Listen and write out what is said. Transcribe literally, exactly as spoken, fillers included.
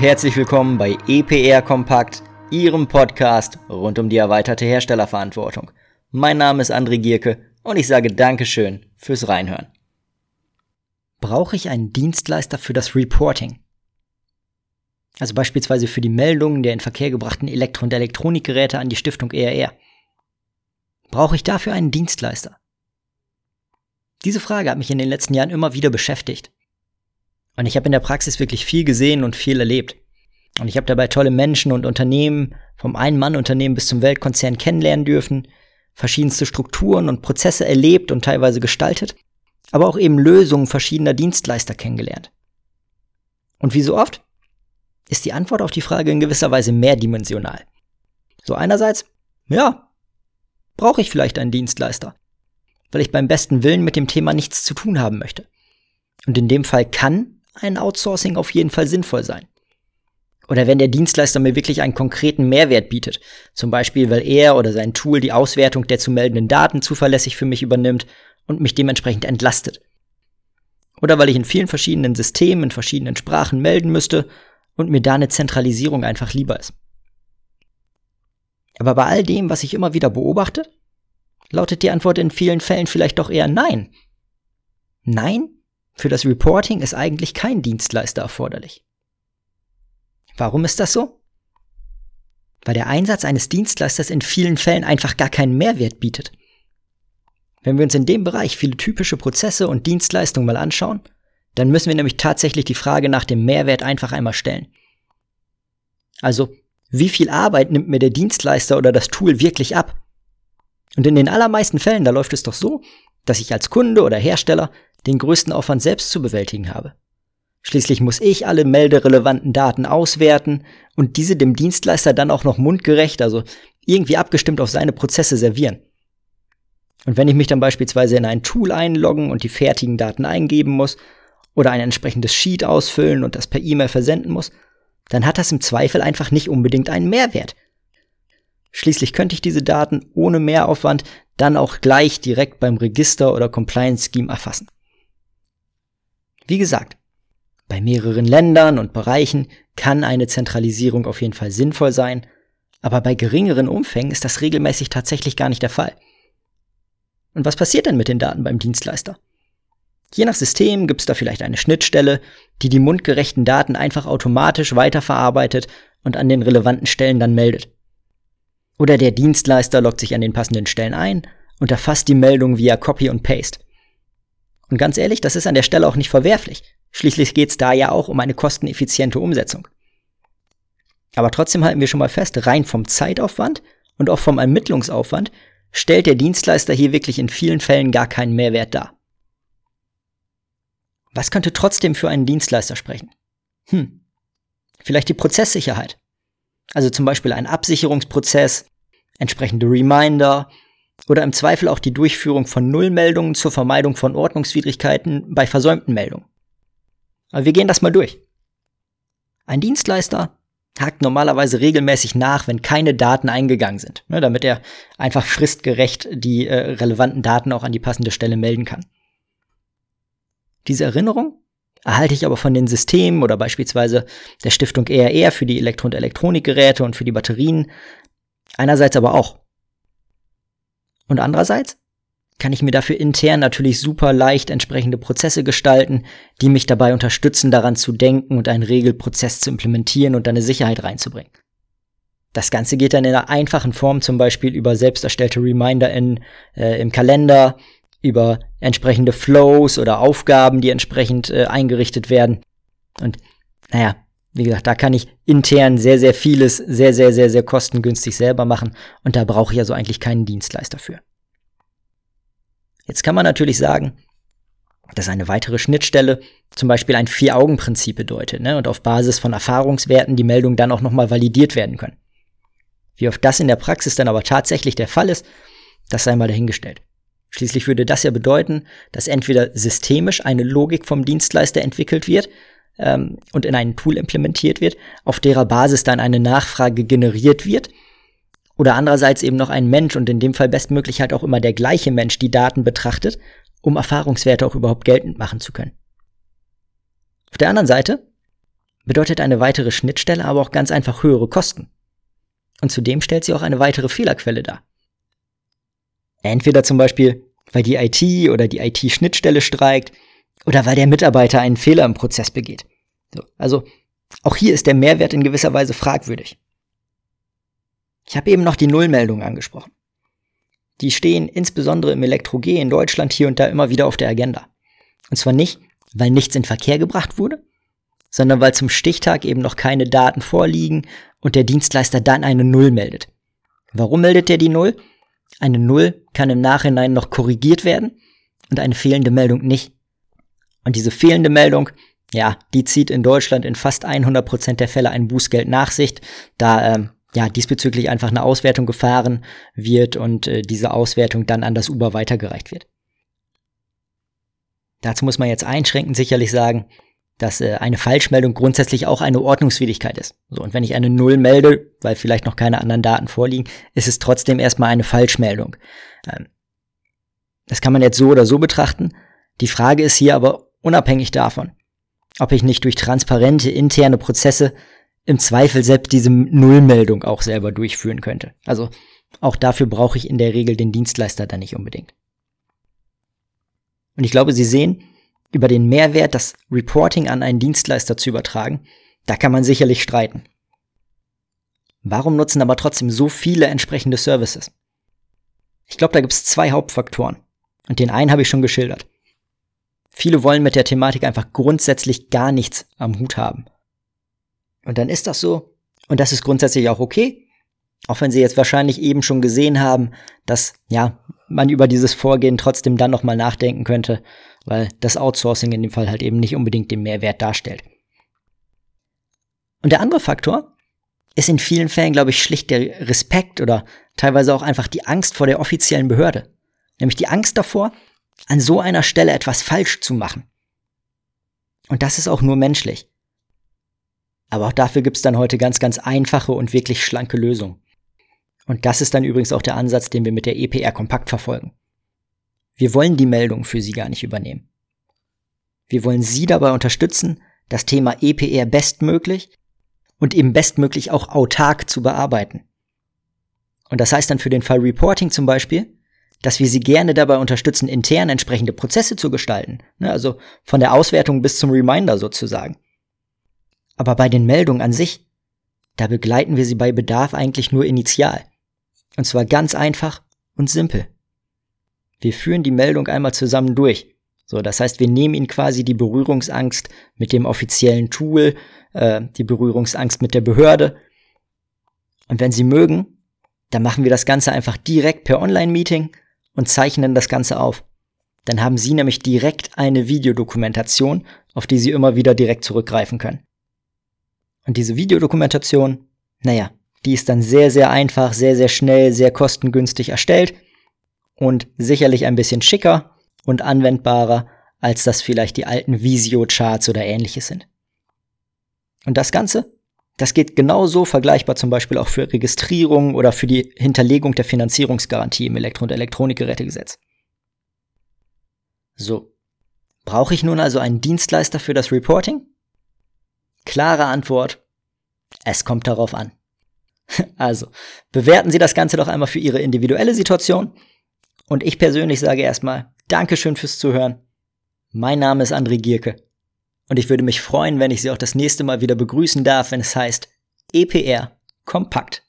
herzlich willkommen bei E P R Kompakt, Ihrem Podcast rund um die erweiterte Herstellerverantwortung. Mein Name ist André Gierke und ich sage Dankeschön fürs Reinhören. Brauche ich einen Dienstleister für das Reporting? Also beispielsweise für die Meldungen der in Verkehr gebrachten Elektro- und Elektronikgeräte an die Stiftung E R R. Brauche ich dafür einen Dienstleister? Diese Frage hat mich in den letzten Jahren immer wieder beschäftigt. Und ich habe in der Praxis wirklich viel gesehen und viel erlebt. Und ich habe dabei tolle Menschen und Unternehmen, vom Ein-Mann-Unternehmen bis zum Weltkonzern kennenlernen dürfen, verschiedenste Strukturen und Prozesse erlebt und teilweise gestaltet, aber auch eben Lösungen verschiedener Dienstleister kennengelernt. Und wie so oft ist die Antwort auf die Frage in gewisser Weise mehrdimensional. So einerseits, ja, brauche ich vielleicht einen Dienstleister, weil ich beim besten Willen mit dem Thema nichts zu tun haben möchte. Und in dem Fall kann ein Outsourcing auf jeden Fall sinnvoll sein. Oder wenn der Dienstleister mir wirklich einen konkreten Mehrwert bietet, zum Beispiel weil er oder sein Tool die Auswertung der zu meldenden Daten zuverlässig für mich übernimmt und mich dementsprechend entlastet. Oder weil ich in vielen verschiedenen Systemen in verschiedenen Sprachen melden müsste und mir da eine Zentralisierung einfach lieber ist. Aber bei all dem, was ich immer wieder beobachte, lautet die Antwort in vielen Fällen vielleicht doch eher nein. Nein? Für das Reporting ist eigentlich kein Dienstleister erforderlich. Warum ist das so? Weil der Einsatz eines Dienstleisters in vielen Fällen einfach gar keinen Mehrwert bietet. Wenn wir uns in dem Bereich viele typische Prozesse und Dienstleistungen mal anschauen, dann müssen wir nämlich tatsächlich die Frage nach dem Mehrwert einfach einmal stellen. Also, wie viel Arbeit nimmt mir der Dienstleister oder das Tool wirklich ab? Und in den allermeisten Fällen, da läuft es doch so, dass ich als Kunde oder Hersteller den größten Aufwand selbst zu bewältigen habe. Schließlich muss ich alle melderelevanten Daten auswerten und diese dem Dienstleister dann auch noch mundgerecht, also irgendwie abgestimmt auf seine Prozesse servieren. Und wenn ich mich dann beispielsweise in ein Tool einloggen und die fertigen Daten eingeben muss oder ein entsprechendes Sheet ausfüllen und das per E-Mail versenden muss, dann hat das im Zweifel einfach nicht unbedingt einen Mehrwert. Schließlich könnte ich diese Daten ohne Mehraufwand dann auch gleich direkt beim Register oder Compliance Scheme erfassen. Wie gesagt, bei mehreren Ländern und Bereichen kann eine Zentralisierung auf jeden Fall sinnvoll sein, aber bei geringeren Umfängen ist das regelmäßig tatsächlich gar nicht der Fall. Und was passiert denn mit den Daten beim Dienstleister? Je nach System gibt es da vielleicht eine Schnittstelle, die die mundgerechten Daten einfach automatisch weiterverarbeitet und an den relevanten Stellen dann meldet. Oder der Dienstleister loggt sich an den passenden Stellen ein und erfasst die Meldung via Copy und Paste. Und ganz ehrlich, das ist an der Stelle auch nicht verwerflich. Schließlich geht es da ja auch um eine kosteneffiziente Umsetzung. Aber trotzdem halten wir schon mal fest, rein vom Zeitaufwand und auch vom Ermittlungsaufwand stellt der Dienstleister hier wirklich in vielen Fällen gar keinen Mehrwert dar. Was könnte trotzdem für einen Dienstleister sprechen? Hm, vielleicht die Prozesssicherheit. Also zum Beispiel ein Absicherungsprozess, entsprechende Reminder oder im Zweifel auch die Durchführung von Nullmeldungen zur Vermeidung von Ordnungswidrigkeiten bei versäumten Meldungen. Aber wir gehen das mal durch. Ein Dienstleister hakt normalerweise regelmäßig nach, wenn keine Daten eingegangen sind, ne, damit er einfach fristgerecht die äh, relevanten Daten auch an die passende Stelle melden kann. Diese Erinnerung erhalte ich aber von den Systemen oder beispielsweise der Stiftung E R R für die Elektro- und Elektronikgeräte und für die Batterien einerseits aber auch. Und andererseits kann ich mir dafür intern natürlich super leicht entsprechende Prozesse gestalten, die mich dabei unterstützen, daran zu denken und einen Regelprozess zu implementieren und eine Sicherheit reinzubringen. Das Ganze geht dann in einer einfachen Form, zum Beispiel über selbst erstellte Reminder in, äh, im Kalender, über entsprechende Flows oder Aufgaben, die entsprechend äh, eingerichtet werden. Und naja, wie gesagt, da kann ich intern sehr, sehr vieles sehr, sehr, sehr, sehr kostengünstig selber machen und da brauche ich also eigentlich keinen Dienstleister für. Jetzt kann man natürlich sagen, dass eine weitere Schnittstelle zum Beispiel ein Vier-Augen-Prinzip bedeutet, ne, und auf Basis von Erfahrungswerten die Meldungen dann auch nochmal validiert werden können. Wie oft das in der Praxis dann aber tatsächlich der Fall ist, das sei mal dahingestellt. Schließlich würde das ja bedeuten, dass entweder systemisch eine Logik vom Dienstleister entwickelt wird ähm, und in ein Tool implementiert wird, auf derer Basis dann eine Nachfrage generiert wird, oder andererseits eben noch ein Mensch und in dem Fall bestmöglich halt auch immer der gleiche Mensch die Daten betrachtet, um Erfahrungswerte auch überhaupt geltend machen zu können. Auf der anderen Seite bedeutet eine weitere Schnittstelle aber auch ganz einfach höhere Kosten. Und zudem stellt sie auch eine weitere Fehlerquelle dar. Entweder zum Beispiel, weil die I T oder die I T-Schnittstelle streikt oder weil der Mitarbeiter einen Fehler im Prozess begeht. So, also auch hier ist der Mehrwert in gewisser Weise fragwürdig. Ich habe eben noch die Nullmeldungen angesprochen. Die stehen insbesondere im Elektro-G in Deutschland hier und da immer wieder auf der Agenda. Und zwar nicht, weil nichts in Verkehr gebracht wurde, sondern weil zum Stichtag eben noch keine Daten vorliegen und der Dienstleister dann eine Null meldet. Warum meldet er die Null? Eine Null kann im Nachhinein noch korrigiert werden und eine fehlende Meldung nicht. Und diese fehlende Meldung, ja, die zieht in Deutschland in fast hundert Prozent der Fälle ein Bußgeld nach sich, da ähm, ja diesbezüglich einfach eine Auswertung gefahren wird und äh, diese Auswertung dann an das Uber weitergereicht wird. Dazu muss man jetzt einschränkend sicherlich sagen, dass äh, eine Falschmeldung grundsätzlich auch eine Ordnungswidrigkeit ist. So, und wenn ich eine Null melde, weil vielleicht noch keine anderen Daten vorliegen, ist es trotzdem erstmal eine Falschmeldung. Ähm, das kann man jetzt so oder so betrachten. Die Frage ist hier aber unabhängig davon, ob ich nicht durch transparente interne Prozesse im Zweifel selbst diese Nullmeldung auch selber durchführen könnte. Also auch dafür brauche ich in der Regel den Dienstleister dann nicht unbedingt. Und ich glaube, Sie sehen, über den Mehrwert, das Reporting an einen Dienstleister zu übertragen, da kann man sicherlich streiten. Warum nutzen aber trotzdem so viele entsprechende Services? Ich glaube, da gibt es zwei Hauptfaktoren. Und den einen habe ich schon geschildert. Viele wollen mit der Thematik einfach grundsätzlich gar nichts am Hut haben. Und dann ist das so. Und das ist grundsätzlich auch okay. Auch wenn Sie jetzt wahrscheinlich eben schon gesehen haben, dass ja man über dieses Vorgehen trotzdem dann nochmal nachdenken könnte, weil das Outsourcing in dem Fall halt eben nicht unbedingt den Mehrwert darstellt. Und der andere Faktor ist in vielen Fällen, glaube ich, schlicht der Respekt oder teilweise auch einfach die Angst vor der offiziellen Behörde. Nämlich die Angst davor, an so einer Stelle etwas falsch zu machen. Und das ist auch nur menschlich. Aber auch dafür gibt es dann heute ganz, ganz einfache und wirklich schlanke Lösungen. Und das ist dann übrigens auch der Ansatz, den wir mit der E P R Kompakt verfolgen. Wir wollen die Meldung für Sie gar nicht übernehmen. Wir wollen Sie dabei unterstützen, das Thema E P R bestmöglich und eben bestmöglich auch autark zu bearbeiten. Und das heißt dann für den Fall Reporting zum Beispiel, dass wir Sie gerne dabei unterstützen, intern entsprechende Prozesse zu gestalten. Also von der Auswertung bis zum Reminder sozusagen. Aber bei den Meldungen an sich, da begleiten wir Sie bei Bedarf eigentlich nur initial. Und zwar ganz einfach und simpel. Wir führen die Meldung einmal zusammen durch. So, das heißt, wir nehmen Ihnen quasi die Berührungsangst mit dem offiziellen Tool, äh, die Berührungsangst mit der Behörde. Und wenn Sie mögen, dann machen wir das Ganze einfach direkt per Online-Meeting und zeichnen das Ganze auf. Dann haben Sie nämlich direkt eine Videodokumentation, auf die Sie immer wieder direkt zurückgreifen können. Und diese Videodokumentation, naja, die ist dann sehr, sehr einfach, sehr, sehr schnell, sehr kostengünstig erstellt und sicherlich ein bisschen schicker und anwendbarer, als das vielleicht die alten Visio-Charts oder ähnliches sind. Und das Ganze, das geht genauso vergleichbar zum Beispiel auch für Registrierung oder für die Hinterlegung der Finanzierungsgarantie im Elektro- und Elektronikgerätegesetz. So, brauche ich nun also einen Dienstleister für das Reporting? Klare Antwort, es kommt darauf an. Also, bewerten Sie das Ganze doch einmal für Ihre individuelle Situation. Und ich persönlich sage erstmal Dankeschön fürs Zuhören. Mein Name ist André Gierke. Und ich würde mich freuen, wenn ich Sie auch das nächste Mal wieder begrüßen darf, wenn es heißt E P R Kompakt.